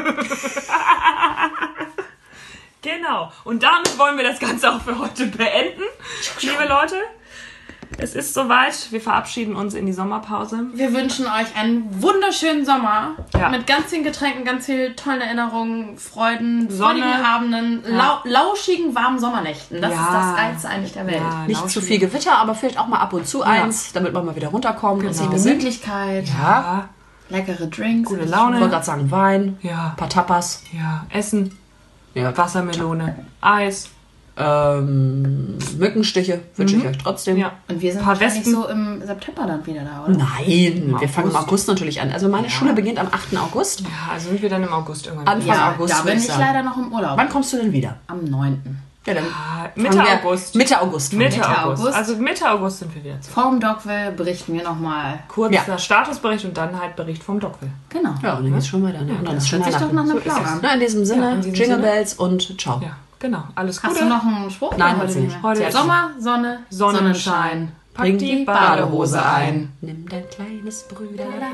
C: Genau. Und damit wollen wir das Ganze auch für heute beenden. Liebe Leute, es ist soweit. Wir verabschieden uns in die Sommerpause.
A: Wir wünschen euch einen wunderschönen Sommer
C: Ja.
A: mit ganz vielen Getränken, ganz viel tollen Erinnerungen, Freuden,
C: Sonne.
A: freudigen Abenden,
C: Ja.
A: lauschigen, warmen Sommernächten. Das
C: Ja.
A: ist das Geilste eigentlich der Welt.
C: Ja,
B: Nicht zu
C: lauschig.
B: viel Gewitter, aber vielleicht auch mal ab und zu eins, damit man mal wieder runterkommt. Und sich
A: Genau.
B: besinnt.
A: Gemütlichkeit,
C: Ja,
A: leckere Drinks.
C: gute
B: Ich
C: Laune.
B: wollte gerade sagen Wein,
C: Ja,
B: ein paar Tapas,
C: ja. Essen,
B: ja.
C: Wassermelone, Eis.
B: Mückenstiche wünsche ich euch trotzdem.
C: Ja.
A: Und wir sind
C: Ein paar
A: wahrscheinlich
C: Wespen.
A: so im September dann wieder da, oder?
B: Nein, wir fangen im August natürlich an. Also meine Schule beginnt am 8. August.
C: Ja, also sind wir dann im August irgendwann.
B: Anfang
A: Ja,
B: August.
A: da
B: würde
A: bin
B: ich
A: ich
B: sagen.
A: leider noch im Urlaub.
B: Wann kommst du denn wieder?
A: Am 9.
B: Ja, dann
C: Mitte
B: fangen wir-
C: August.
B: Mitte August. fangen wir
C: Mitte
B: an.
C: August.
A: August.
C: Also Mitte August sind wir wieder zurück.
A: Vorm Dogville berichten wir nochmal.
C: Kurzer Statusbericht und dann halt Bericht vom Dogville.
A: Genau.
B: Ja, und dann geht's schon weiter. Ne? Und dann ist schon
A: Hört sich doch nach
B: Weihnachten.
A: einem Plan an.
B: Na, in diesem Sinne,
C: Ja, in diesem
B: Jingle
C: Sinne.
B: Bells und ciao.
C: Ja, genau. Alles Gute.
A: Hast du noch einen Spruch?
B: Nein,
A: Oder
B: heute
A: heute
B: nicht.
A: mehr?
C: Heute
A: Sommer, Sonne,
C: Sonnenschein. Pack
B: Bring
C: die Badehose ein.
B: Nimm dein kleines Brüderlein.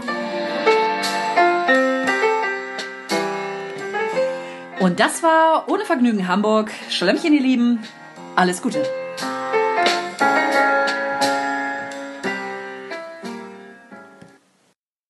D: Und das war Ohne Vergnügen Hamburg. Schlemmchen, ihr Lieben. Alles Gute.